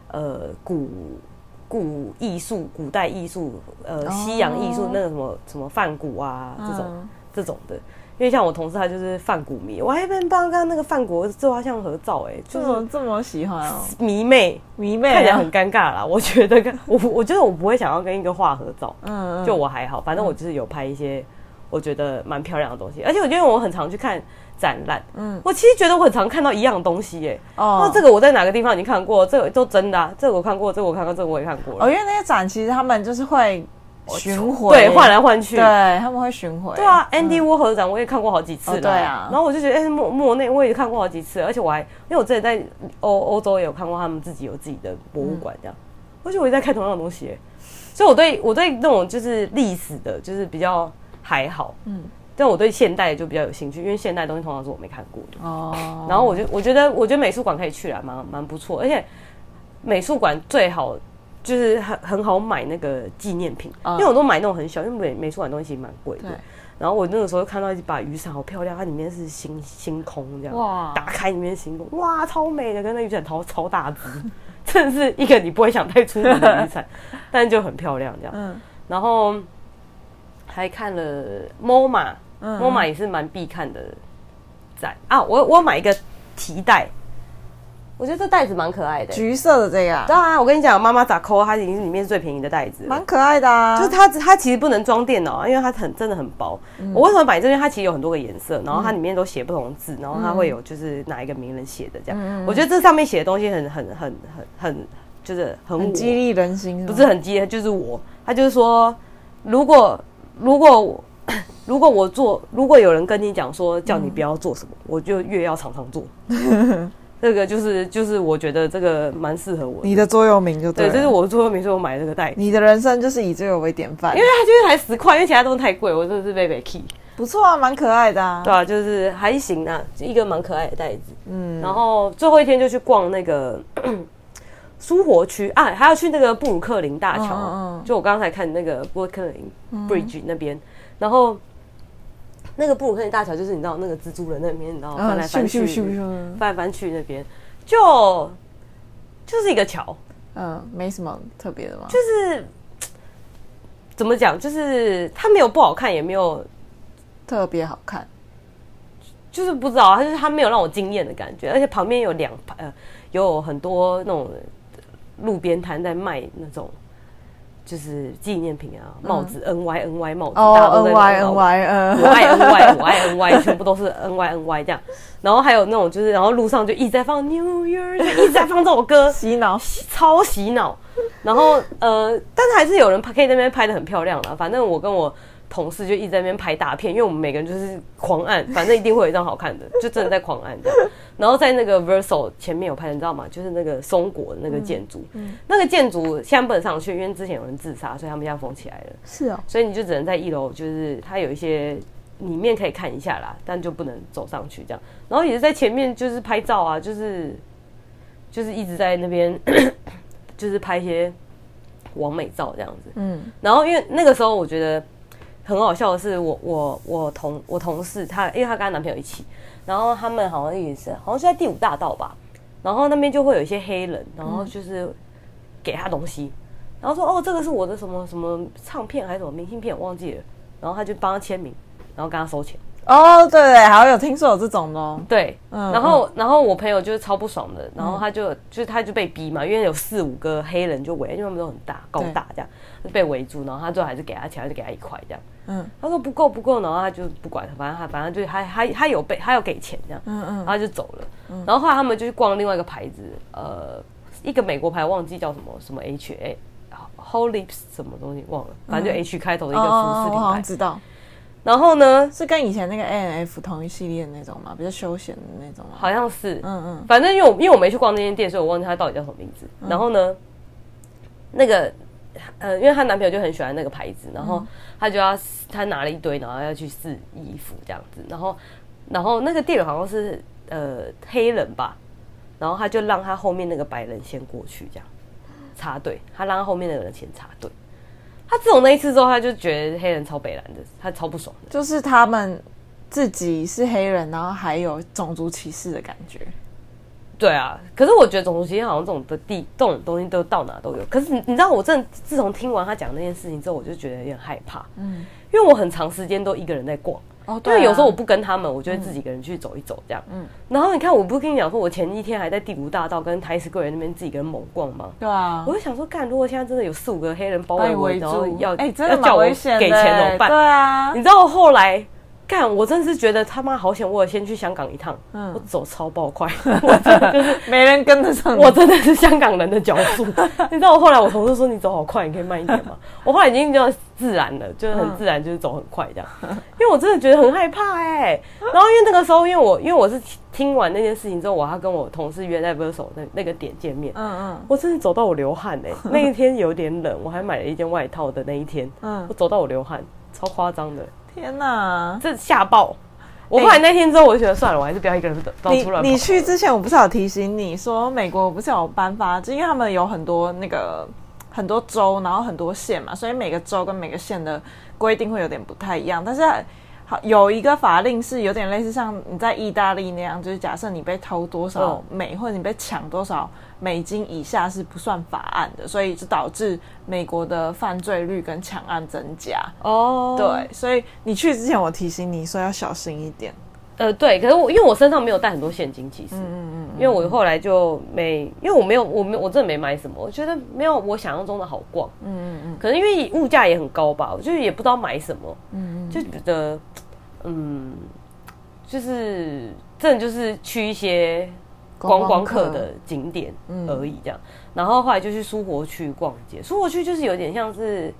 古艺术、古代艺术，西洋艺术，那个什么梵谷啊，这种的。因为像我同事他就是梵谷迷，我还帮刚那个梵谷自画像合照， 就是这么喜欢哦， 迷妹，看起来很尴尬啦。我觉得我觉得我不会想要跟一个画合照，就我还好，反正我就是有拍一些我觉得蛮漂亮的东西，而且我觉得我很常去看展览，我其实觉得我很常看到一样的东西那这个我在哪个地方已经看过，这个都真的啊，这个我看过，这个我看过，这个我也看过了。 因为那些展其实他们就是会巡回， 对，换来换去， 对，他们会巡回。 对啊，Andy Warhol 展我也看过好几次了， 对啊。 然后我就觉得，莫内我也看过好几次，而且因为我之前在欧洲也有看过他们自己有自己的博物馆这样，而且我也在看同样的东西，所以我对那种就是历史的，就是比较还好，但我对现代就比较有兴趣，因为现代的东西通常是我没看过的。然后我觉得美术馆可以去啦，蛮不错，而且美术馆最好就是很好买那个纪念品，因为我都买那种很小，因为美术馆东西其实蛮贵的。然后我那个时候看到一把雨伞，好漂亮，它里面是星空这样，哇，打开里面是星空，哇，超美的，跟那雨伞超大只，真的是一个你不会想带出门的雨伞，但就很漂亮这样。然后还看了 MoMA 也是蛮必看的展啊，我买一个提袋。我觉得这袋子蛮可爱的， 橘色的这个。 对啊，我跟你讲，妈妈咋抠，它已经是里面最便宜的袋子， 蛮可爱的啊。 就是它其实不能装电脑，因为它真的很薄。我为什么买这边？它其实有很多个颜色，然后它里面都写不同的字，然后它会有就是哪一个名人写的这样。我觉得这上面写的东西很就是很激励人心， 不是很激励，就是他就是说，如果有人跟你讲说叫你不要做什么，我就越要常常做。这个就是我觉得这个蛮适合我的， 你的座右铭就对了。 对，这是我的座右铭，所以我买这个袋子。 你的人生就是以这个为典范， 因为它就是才10块，因为其他东西太贵，我真的是被 key。 不错啊，蛮可爱的啊。 对啊，就是还行啊，一个蛮可爱的袋子。然后最后一天就去逛那个苏活区啊，还要去那个布鲁克林大桥。就我刚才看那个布鲁克林 Bridge 那边，然后。那个布鲁克林大桥就是你知道那个蜘蛛人那边，你知道翻来翻去，翻来翻去那边就是一个桥， 没什么特别的吗？ 就是怎么讲，就是它没有不好看，也没有特别好看， 就是不知道，就是它没有让我惊艳的感觉，而且旁边有很多那种路边摊在卖那种。 就是纪念品啊，帽子 NY 帽子， 哦 NY 我爱 NY， 我爱 NY， 全部都是 NY 这样。然后还有那种就是，然后路上就一直在放 New Year， 就一直在放这首歌， 洗脑， 超洗脑。然后但是还是有人可以在那边拍得很漂亮啦。反正我跟我同事就一直在那边拍大片，因为我们每个人就是狂按，反正一定会有一张好看的，就真的在狂按这样。然后在那个 Verso 前面有拍，你知道吗？就是那个松果的那个建筑，那个建筑现在不能上去，因为之前有人自杀，所以他们现在封起来了。 是哦， 所以你就只能在1楼，就是它有一些里面可以看一下啦，但就不能走上去这样。然后也是在前面就是拍照啊，就是一直在那边就是拍一些网美照这样子。然后因为那个时候我觉得很好笑的是，我同事她，因为她跟她男朋友一起，然后他们好像是在第5大道吧，然后那边就会有一些黑人，然后就是给他东西，然后说哦这个是我的什么什么唱片还是什么明信片我忘记了，然后他就帮他签名，然后跟他收钱。 哦，对，好像有听说有这种的哦。 对，然后我朋友就是超不爽的，然后他就被逼嘛，因为有4、5个黑人就围，因为他们都很大高大这样，就被围住，然后他最后还是给他钱，就给他1块这样。他说不够，然后他就不管，反正就他有给钱这样，然后他就走了。然后后来他们就去逛另外一个牌子，一个美国牌忘记叫什么 H什么东西忘了，反正就 H 开头的一个服饰品牌。 我好像知道。 然后呢， 是跟以前那个 A&F 同一系列的那种吗？比较休闲的那种吗？ 好像是，反正因为我没去逛那间店，所以我忘记它到底叫什么名字。然后呢，那个因为她男朋友就很喜欢那个牌子，然后他拿了一堆，然后要去试衣服这样子。然后那个店员好像是黑人吧，然后他就让他后面那个白人先过去这样插队，他让他后面那个人先插队。他自从那一次之后，他就觉得黑人超北蓝的，他超不爽的。 就是他们自己是黑人，然后还有种族歧视的感觉。 对啊，可是我觉得种族歧视好像这种东西都到哪都有。可是你知道，我真的自从听完他讲那件事情之后，我就觉得有点害怕。因为我很长时间都一个人在逛。哦，对啊，因为有时候我不跟他们，我就会自己一个人去走一走这样。然后你看，我不是跟你讲说，我前一天还在第5大道跟台史柜那边自己一个人猛逛吗？ 对啊， 我就想说，干，如果现在真的有4、5个黑人包围我，然后要真的叫我给钱怎么办？ 对啊， 你知道我后来干，我真的是觉得他妈好险，我有先去香港一趟，我走超爆快，我真的就是没人跟得上你， 我真的是香港人的脚速。你知道我后来我同事说你走好快，你可以慢一点吗？我后来已经就自然了，就是很自然，就是走很快这样，因为我真的觉得很害怕然后因为那个时候，因为我是听完那件事情之后，我要跟我同事约在 Verso 那个点见面，我真的走到我流汗那一天有点冷，我还买了一件外套的那一天，我走到我流汗，超夸张的。 天哪， 这吓爆！我后来那天之后，我就觉得算了，我还是不要一个人到处乱跑。 你去之前，我不是有提醒你说，美国不是有颁发，就因为他们有很多很多州，然后很多县嘛，所以每个州跟每个县的规定会有点不太一样。但是好有一个法令是有点类似像你在意大利那样，就是假设你被偷多少美，或者你被抢多少美金以下是不算法案的，所以就导致美国的犯罪率跟抢案增加。哦，对，所以你去之前我提醒你说要小心一点。 对，可是因为我身上没有带很多现金，其实，因为我后来就因为我真的没买什么，我觉得没有我想象中的好逛，可能因为物价也很高吧，我就也不知道买什么，就觉得，就是真的就是去一些观光客的景点而已这样，然后后来就去苏活区逛街，苏活区就是有点像是。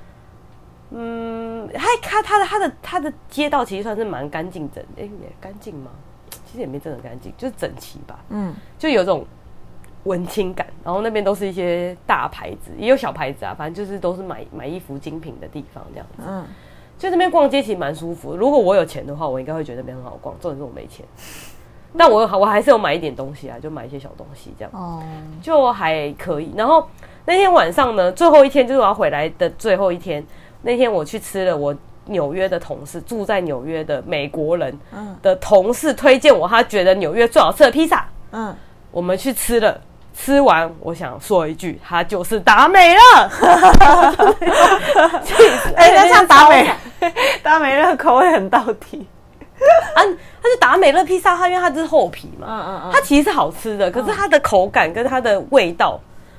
它的街道其实算是蛮干净也干净吗？其实也没真的干净，就是整齐吧。就有种文青感。然后那边都是一些大牌子，也有小牌子啊，反正就是都是买衣服精品的地方这样子。就那边逛街其实蛮舒服的。如果我有钱的话，我应该会觉得那边很好逛。重点是我没钱，但我还是有买一点东西啊，就买一些小东西这样。就还可以。然后那天晚上呢，最后一天就是我要回来的最后一天。那天我去吃了我纽约的同事住在纽约的美国人的同事推荐我，他觉得纽约最好吃的披萨。我们去吃了，吃完我想说一句，它就是达美乐。 那像达美乐口味很到底。 它是达美乐披萨，因为它是厚皮嘛，它其实是好吃的，可是它的口感跟它的味道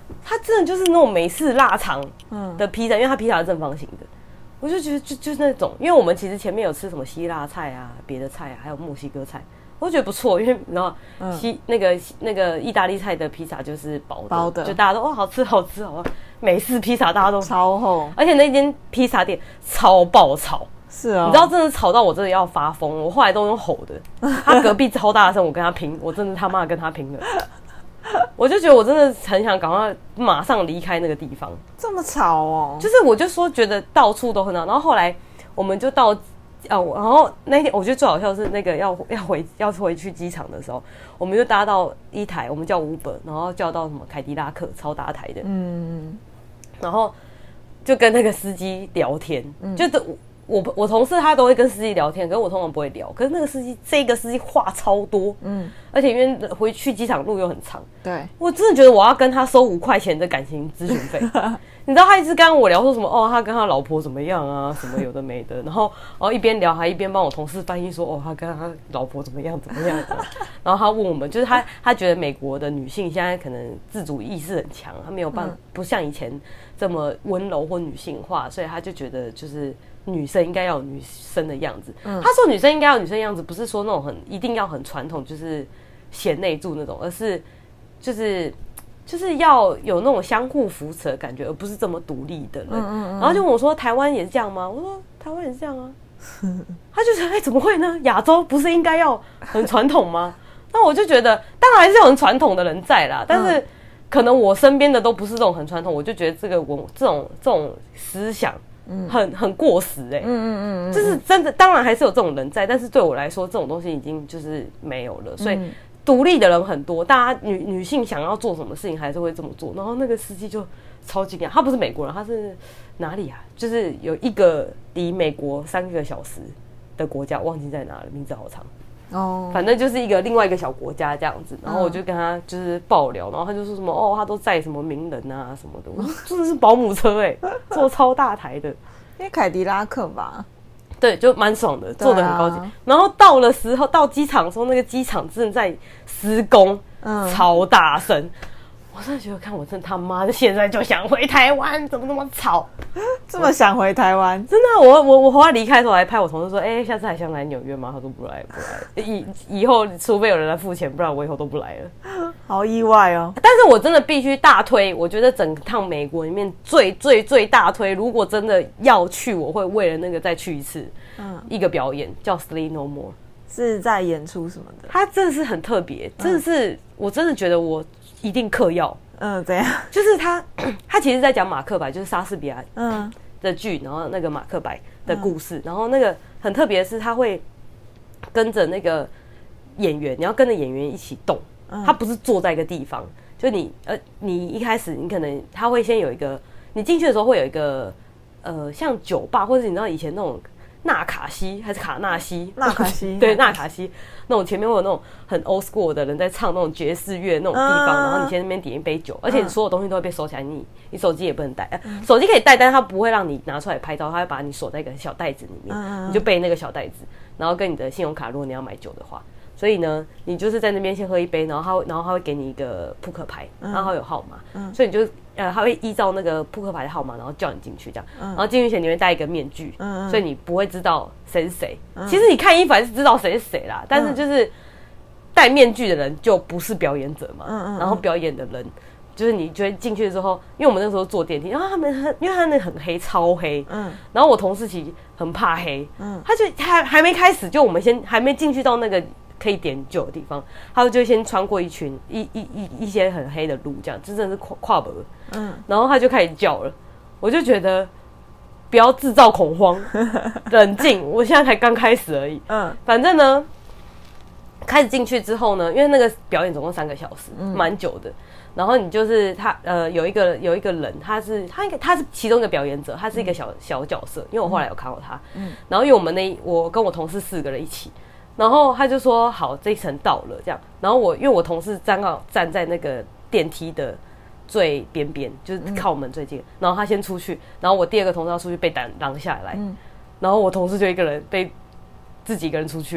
它真的就是那种美式腊肠的披萨，因为它披萨是正方形的，我就觉得就是那种，因为我们其实前面有吃什么希腊菜啊、别的菜啊，还有墨西哥菜，我觉得不错，因为你知道那个意大利菜的披萨就是薄的，就大家都好吃好吃好吃，美式披萨大家都超厚， 而且那间披萨店超爆吵。 是啊， 你知道真的吵到我真的要发疯，我后来都用吼的。他隔壁超大声，我跟他拼，我真的他妈跟他拼了。我就觉得我真的很想赶快马上离开那个地方。 这么吵哦？ 就是我就说觉得到处都很吵，然后后来我们就到然后那天我觉得最好笑的是那个要回去机场的时候，我们就搭到一台我们叫 Uber， 然后叫到什么凯迪拉克超大台的，然后就跟那个司机聊天，我同事他都会跟司机聊天，可是我通常不会聊。可是那个这个司机话超多，而且因为回去机场路又很长， 对， 我真的觉得我要跟他收5块钱的感情咨询费。你知道他一直跟我聊说什么他跟他老婆怎么样啊，什么有的没的，然后一边聊还一边帮我同事翻译说他跟他老婆怎么样怎么样的。然后他问我们，就是他觉得美国的女性现在可能自主意识很强，她没有办法不像以前这么温柔或女性化，所以他就觉得就是女生应该要有女生的样子。他说女生应该要有女生的样子，不是说那种一定要很传统，就是贤内助那种，而是就是要有那种相互扶持的感觉，而不是这么独立的人。然后就问我说：“台湾也是这样吗？”我说：“台湾也是这样啊。”他就说：“怎么会呢？亚洲不是应该要很传统吗？”那我就觉得，当然还是有很传统的人在啦，但是可能我身边的都不是这种很传统，我就觉得这种思想很过时就是真的，当然还是有这种人在，但是对我来说，这种东西已经就是没有了，所以。独立的人很多，大家女性想要做什么事情还是会这么做。然后那个司机就超惊讶，他不是美国人，他是哪里啊？就是有一个离美国3个小时的国家，忘记在哪了，名字好长。反正就是一个另外一个小国家这样子。然后我就跟他就是爆聊，然后他就说什么他都载什么名人啊什么的。我说真的是保姆车坐超大台的， 因为凯迪拉克吧。 对，就蛮爽的，做得很高级。然后到机场的时候，那个机场真的在施工，超大声。我真的觉得，看我真的他妈的现在就想回台湾，怎么那么吵？ 这么想回台湾？ 真的，我后来离开的时候还拍我同事说，下次还想来纽约吗？他说不来。以后除非有人来付钱，不然我以后都不来了。 好意外哦！ 但是我真的必须大推，我觉得整趟美国里面最大推，如果真的要去，我会为了那个再去一次。一个表演叫 Sleep No More， 是在演出什么的？ 它真的是很特别，真的是我真的觉得我一定嗑药。 怎样？ 就是他其实在讲马克白，就是莎士比亚的剧，然后那个马克白的故事，然后那个很特别的是，他会跟着那个演员，你要跟着演员一起动，他不是坐在一个地方，就你一开始你可能他会先有一个，你进去的时候会有一个像酒吧，或者你知道以前那种。纳卡西还是卡纳西？ 纳卡西对，纳卡西那种前面会有那种很 old school 的人在唱那种爵士乐那种地方，然后你先那边点一杯酒，而且你所有东西都会被收起来，你手机也不能带，手机可以带，但是它不会让你拿出来拍照，它会把你锁在一个小袋子里面，你就背那个小袋子，然后跟你的信用卡，如果你要买酒的话。所以呢，你就是在那边先喝一杯，然后他会给你一个扑克牌，然后他有号码，所以你就他会依照那个扑克牌的号码，然后叫你进去这样，然后进去前你会戴一个面具，所以你不会知道谁是谁。其实你看衣服还是知道谁是谁啦，但是就是戴面具的人就不是表演者嘛，然后表演的人就是你觉得进去之后，因为我们那时候坐电梯，然后因为他那很黑，超黑，然后我同事其实很怕黑，他就还没开始，就我们还没进去到那个。可以点酒的地方，他就先穿过一些很黑的路，这样真的是跨博，然后他就开始叫了，我就觉得不要制造恐慌，冷静，我现在才刚开始而已，反正呢，开始进去之后呢，因为那个表演总共3个小时，蛮久的，然后你就是他有一个人，他是其中一个表演者，他是一个小角色，因为我后来有看过他，然后因为我跟我同事4个人一起。然后他就说好，这一层到了这样。然后因为我同事刚好站在那个电梯的最边边，就是靠我们最近。然后他先出去，然后我第2个同事要出去被挡下来。然后我同事就一个人被自己一个人出去了。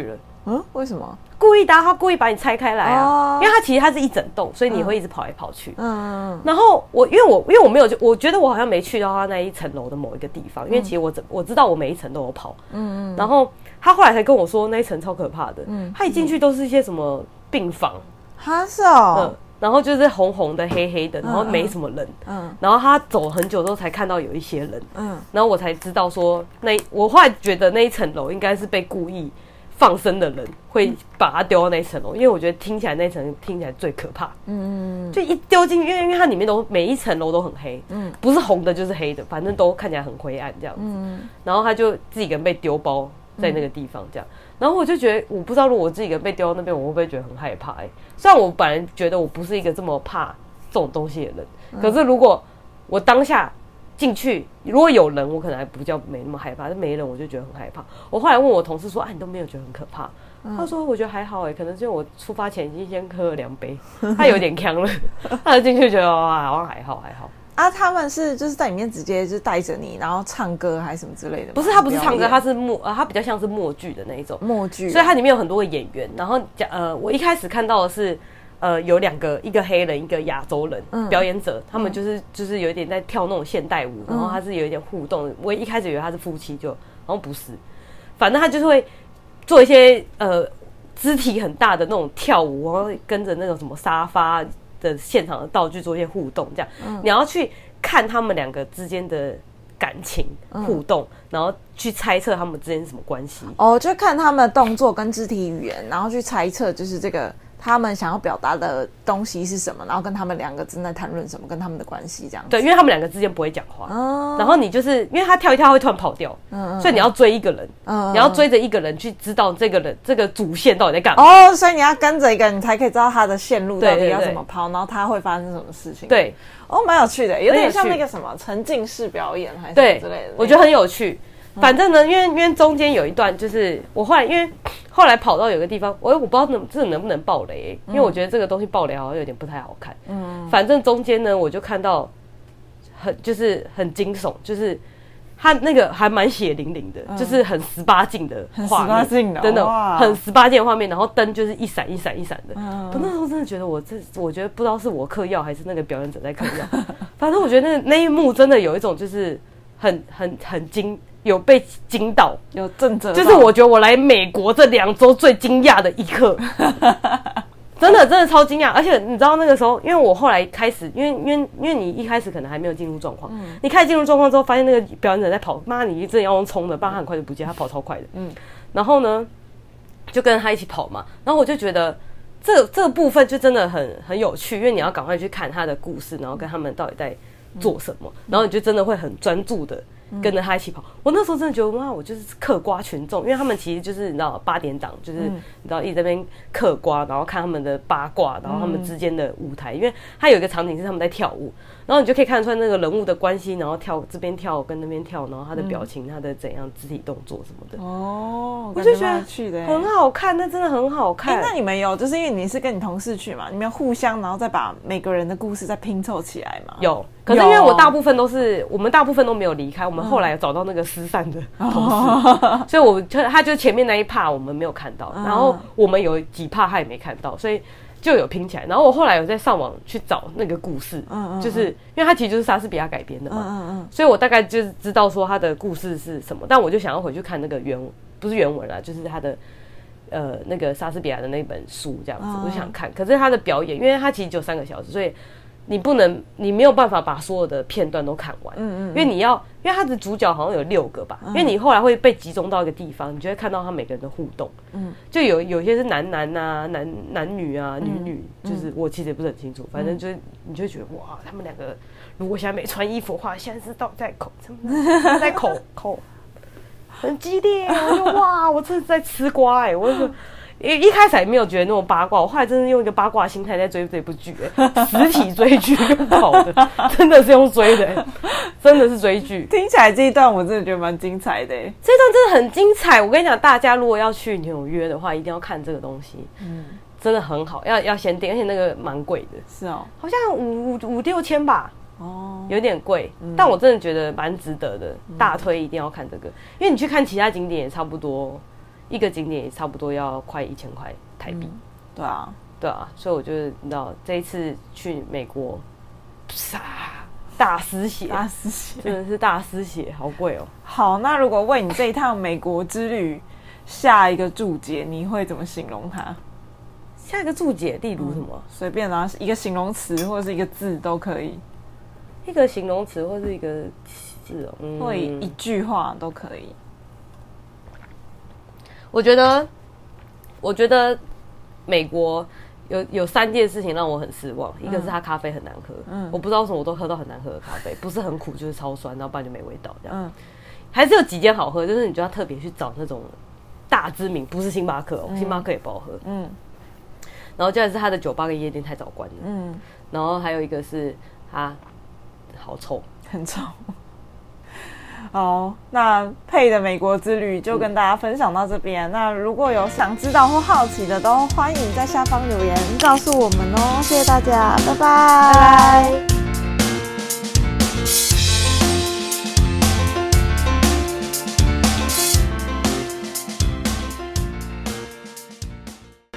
为什么？ 故意的，他故意把你拆开来啊，因为他其实它是一整栋，所以你会一直跑来跑去。然后因为我没有，我觉得我好像没去到他那一层楼的某一个地方，因为其实我知道我每一层都有跑。然后他后来才跟我说那一层超可怕的，他一进去都是一些什么病房， 哈是哦。 然后就是红红的、黑黑的，然后没什么人。然后他走很久之后才看到有一些人。然后我才知道说，我后来觉得那一层楼应该是被故意放生的人会把它丢到那一层楼，因为我觉得听起来那一层听起来最可怕。就一丢进去，因为它里面每一层楼都很黑，不是红的就是黑的，反正都看起来很灰暗这样子。然后他就自己一个人被丢包在那个地方这样。然后我就觉得，我不知道如果我自己一个人被丢到那边，我会不会觉得很害怕？虽然我本来觉得我不是一个这么怕这种东西的人，可是如果我当下进去，如果有人，我可能还比较没那么害怕；但没人，我就觉得很害怕。我后来问我同事说：“啊，你都没有觉得很可怕？”他说：“我觉得还好可能是因为我出发前已经先喝了2杯，他有点呛了，他就进去觉得好像还好。” 啊，他们是就是在里面直接就带着你，然后唱歌还是什么之类的？ 不是，他不是唱歌，他是他比较像是默剧的那一种默剧， 所以它里面有很多个演员。然后我一开始看到的是有2个，一个黑人，一个亚洲人表演者，他们就是有一点在跳那种现代舞，然后他是有一点互动。我一开始以为他是夫妻，就好像不是，反正他就是会做一些肢体很大的那种跳舞，然后跟着那种什么沙发的现场的道具做一些互动，这样你要去看他们2个之间的感情互动，然后去猜测他们之间是什么关系。 就看他们的动作跟肢体语言，然后去猜测就是这个他们想要表达的东西是什么，然后跟他们2个正在谈论什么，跟他们的关系这样子。 对，因为他们2个之间不会讲话，然后你就是因为他跳一跳会突然跑掉，所以你要追一个人，你要追着一个人去知道这个人这个主线到底在干嘛。 所以你要跟着一个人，你才可以知道他的线路到底要怎么跑，然后他会发生什么事情。 对， 蛮有趣的，有点像那个什么沉浸式表演还是什么之类的。 我觉得很有趣。反正呢，因为中间有一段，就是我后来因为后来跑到有个地方，我不知道这能不能爆雷，因为我觉得这个东西爆雷好像有点不太好看。反正中间呢，我就看到就是很惊悚，就是他那个还蛮血淋淋的，就是很18禁的画面，真的很18禁的画面，然后灯就是一闪一闪一闪的。我那时候真的觉得我觉得不知道是我嗑药还是那个表演者在嗑药，反正我觉得那一幕真的有一种就是很有被惊到， 有震慑到， 就是我觉得我来美国这2周最惊讶的一刻，真的超惊讶。而且你知道那个时候，因为我后来开始，因为你一开始可能还没有进入状况，你开始进入状况之后，发现那个表演者在跑，妈，你真的要用冲的，不然他很快就不见，他跑超快的。然后呢，就跟他一起跑嘛，然后我就觉得这个部分就真的很有趣，因为你要赶快去看他的故事，然后跟他们到底在做什么，然后你就真的会很专注的跟着他一起跑。我那时候真的觉得哇，我就是嗑瓜群众，因为他们其实就是你知道8点档，就是你知道一直在那边嗑瓜，然后看他们的八卦，然后他们之间的舞台，因为他有一个场景是他们在跳舞，然后你就可以看得出来那个人物的关系，然后跳这边跳跟那边跳，然后他的表情，他的怎样肢体动作什么的。 我就觉得很好看，那真的很好看。 那你们有就是因为你是跟你同事去嘛，你们有互相然后再把每个人的故事再拼凑起来吗？ 有，可是因为我们大部分都没有离开，我们后来有找到那个失散的同事，所以他就前面那一 part 我们没有看到，然后我们有几 part 他也没看到，所以就有拼起来。然后我后来有在上网去找那个故事，就是因为它其实就是莎士比亚改编的嘛，所以我大概就是知道说他的故事是什么，但我就想要回去看那个不是原文啦，就是他的那个莎士比亚的那本书这样子，我就想看。可是他的表演，因为他其实只有3个小时，所以你没有办法把所有的片段都看完，因为因为他的主角好像有6个吧，因为你后来会被集中到一个地方，你就会看到他每个人的互动，就有些是男啊、男女啊、女，就是我其实也不是很清楚，反正就是你就会觉得哇，他们2个如果现在没穿衣服的话，现在是在口很激烈，我就哇，我真的在吃瓜我就一开始还没有觉得那种八卦，我后来真的用一个八卦心态在追这部剧，实体追剧用跑的，真的是用追的，真的是追剧。 听起来这一段我真的觉得蛮精彩的， 这一段真的很精彩。我跟你讲，大家如果要去纽约的话，一定要看这个东西，真的很好，要先订，而且那个蛮贵的， 是哦， 好像5-6千吧。有点贵，但我真的觉得蛮值得的，大推一定要看这个，因为你去看其他景点也差不多一个景点也差不多要快1000块台币。 对啊， 对啊，所以我就是你知道这一次去美国，大失血， 大失血， 真的是大失血，好贵哦。 好，那如果为你这一趟美国之旅下一个注解，你会怎么形容它？ 下一个注解，例如什么？ 随便拿一个形容词或者是一个字都可以， 一个形容词或是一个字哦， 或一句话都可以。 我觉得美国有3件事情让我很失望，一个是它咖啡很难喝，我不知道为什么我都喝到很难喝的咖啡，不是很苦就是超酸，然后不然就没味道这样。还是有几间好喝，就是你就要特别去找那种大知名，不是星巴克哦，星巴克也不好喝。然后接下来是它的酒吧跟夜店太早关了，然后还有一个是它好臭， 很臭。好，那佩的美国之旅就跟大家分享到这边。那如果有想知道或好奇的，都欢迎在下方留言告诉我们哦。谢谢大家，拜拜。